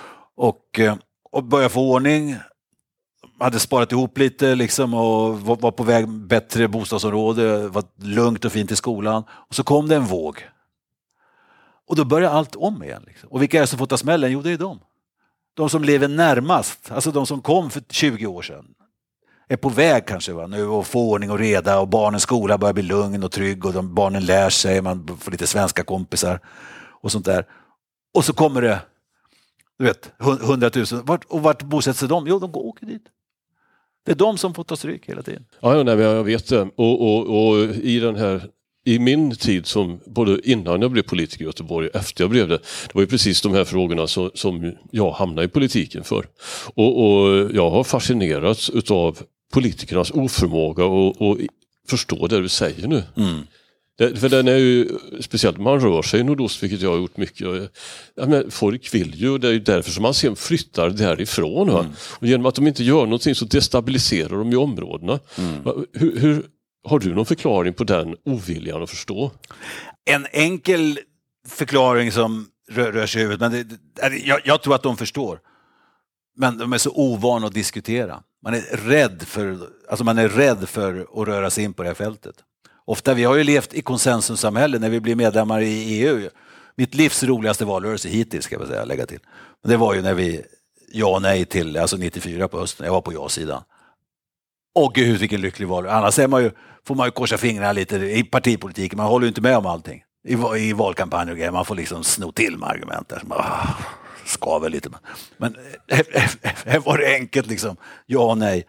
Och började få ordning. Hade sparat ihop lite liksom, och var på väg bättre bostadsområde, var lugnt och fint i skolan. Och så kom det en våg. Och då började allt om igen. Liksom. Och vilka är det som får ta smällen? Jo, det är de. De som lever närmast, alltså de som kom för 20 år sedan, är på väg kanske nu att få ordning och reda, och barnens skola börjar bli lugn och trygg, och barnen lär sig, man får lite svenska kompisar och sånt där. Och så kommer det, du vet, 100 000. Vart bosätter sig de? Jo, de åker dit. Det är de som får ta stryk hela tiden. Ja, jag vet det. Och i min tid, som både innan jag blev politiker i Göteborg och efter jag blev det var ju precis de här frågorna som jag hamnade i politiken för. Och jag har fascinerats utav politikernas oförmåga och förstå det du säger nu. Mm. För den är ju, speciellt man rör sig i nordost, vilket jag har gjort mycket. Folk vill ju, det är ju därför som man sen flyttar därifrån. Och genom att de inte gör någonting så destabiliserar de ju områdena. Hur har du någon förklaring på den oviljan att förstå? En enkel förklaring som rör sig ut, men jag tror att de förstår. Men de är så ovana att diskutera. Man är rädd för att röra sig in på det här fältet. Ofta, vi har ju levt i konsensussamhälle när vi blir medlemmar i EU. Mitt livs roligaste valrörelse hittills, ska jag säga, lägga till. Men det var ju när vi ja och nej till, alltså 94 på hösten. Jag var på ja-sidan. Och gud, vilken lycklig valrörelse. Annars får man ju korsa fingrarna lite i partipolitiken. Man håller ju inte med om allting. I valkampanjer och grejer. Man får liksom sno till med argument där. Skaver lite. Men här var det enkelt liksom. Ja och nej.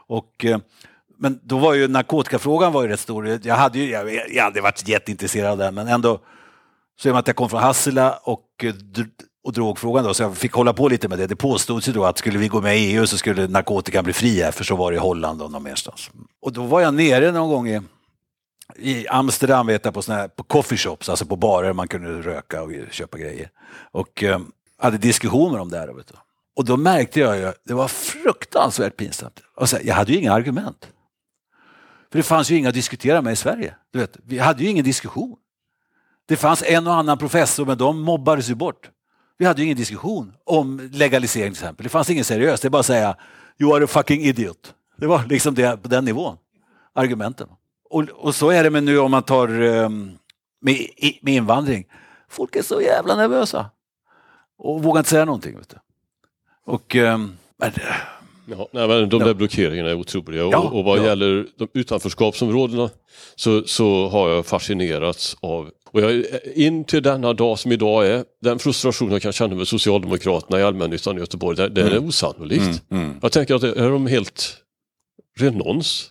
Men då var ju narkotikafrågan var ju rätt stor. Jag hade varit jätteintresserad av den, men ändå så är det att jag kom från Hassela och drogfrågan då, så jag fick hålla på lite med det. Det påstods ju då att skulle vi gå med i EU så skulle narkotikan bli fri här, för så var det i Holland och någon merstans. Och då var jag nere någon gång i Amsterdam, vet jag, på coffee shops, alltså på barer man kunde röka och köpa grejer. Och hade diskussioner om det här, vet du. Och då märkte jag ju, det var fruktansvärt pinsamt. Och så, jag hade ju inga argument. För det fanns ju inga att diskutera med i Sverige. Du vet, vi hade ju ingen diskussion. Det fanns en och annan professor, men de mobbades ju bort. Vi hade ju ingen diskussion om legalisering till exempel. Det fanns ingen seriöst. Det är bara att säga you are a fucking idiot. Det var liksom det på den nivån. Argumenten. Och så är det med nu om man tar med invandring. Folk är så jävla nervösa. Och vågar inte säga någonting. Vet du. Och... Ja, nej, men de där blockeringarna är otroliga. Och vad gäller de utanförskapsområdena så har jag fascinerats av, och jag in till denna dag som idag är, den frustration jag kan känna med Socialdemokraterna i allmännyttan i Göteborg, det är osannolikt. Jag tänker att det är de helt renons.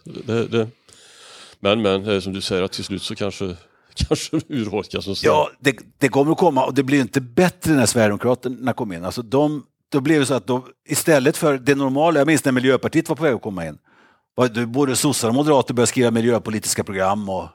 Men som du säger, att till slut så kanske urholkas. Ja, det kommer att komma, och det blir inte bättre när Sverigedemokraterna kom in. Alltså då blev det så att istället för det normala, jag minns när Miljöpartiet var på väg att komma in, både sossar och moderater började skriva miljöpolitiska program och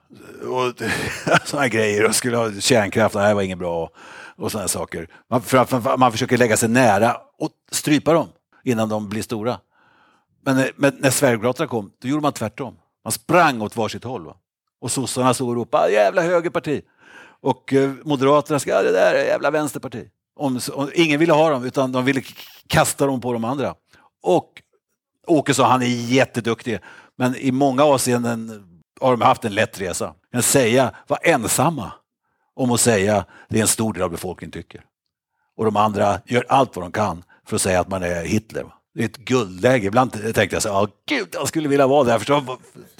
såna här grejer, och skulle ha kärnkraft, det här var inget bra och såna här saker. Man försöker lägga sig nära och strypa dem innan de blir stora. Men när Sverigedemokraterna kom, då gjorde man tvärtom. Man sprang åt varsitt håll. Va? Och sossarna såg och ropade, jävla högerparti. Och moderaterna ska, det där är jävla vänsterparti. Ingen ville ha dem, utan de ville kasta dem på de andra. Och Åkesson, han är jätteduktig, men i många avseenden har de haft en lätt resa. Men var ensamma om att säga det är en stor del av befolkningen tycker. Och de andra gör allt vad de kan för att säga att man är Hitler. Det är ett guldläge. Ibland tänkte jag så gud, jag skulle vilja vara där, för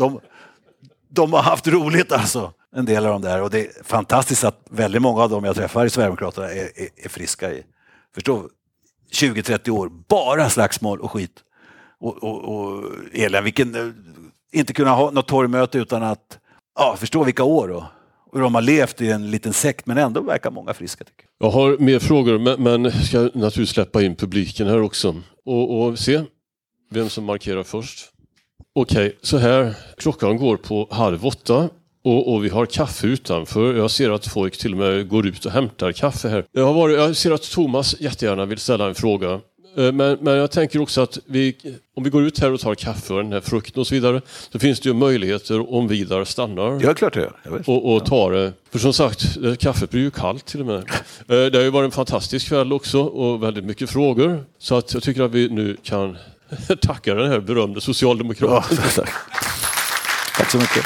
de har haft roligt alltså. En del av dem där, och det är fantastiskt att väldigt många av dem jag träffar i Sverigedemokraterna är friska i. Förstå, 20-30 år, bara slagsmål och skit. Och elän, inte kunna ha något torgmöte utan att förstå vilka år och hur de har levt i en liten sekt, men ändå verkar många friska tycker jag. Jag har mer frågor, men ska naturligtvis släppa in publiken här också och se vem som markerar först. Okej, så här, klockan går på 7:30. Och vi har kaffe utanför. Jag ser att folk till och med går ut och hämtar kaffe här. Jag ser att Thomas jättegärna vill ställa en fråga. Men jag tänker också att om vi går ut här och tar kaffe och den här frukten och så vidare, så finns det ju möjligheter om Vidar stannar. Ja, klart det gör. Och tar det. För som sagt, kaffet blir ju kallt till och med. Det har ju varit en fantastisk kväll också och väldigt mycket frågor. Så att jag tycker att vi nu kan tacka den här berömde socialdemokraten. Ja, tack så mycket.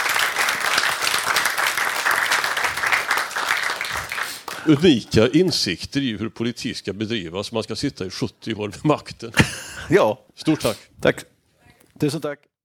Unika insikter i hur politik ska bedrivas. Man ska sitta i 70 år vid makten. Ja. Stort tack. Tack. Tusen tack.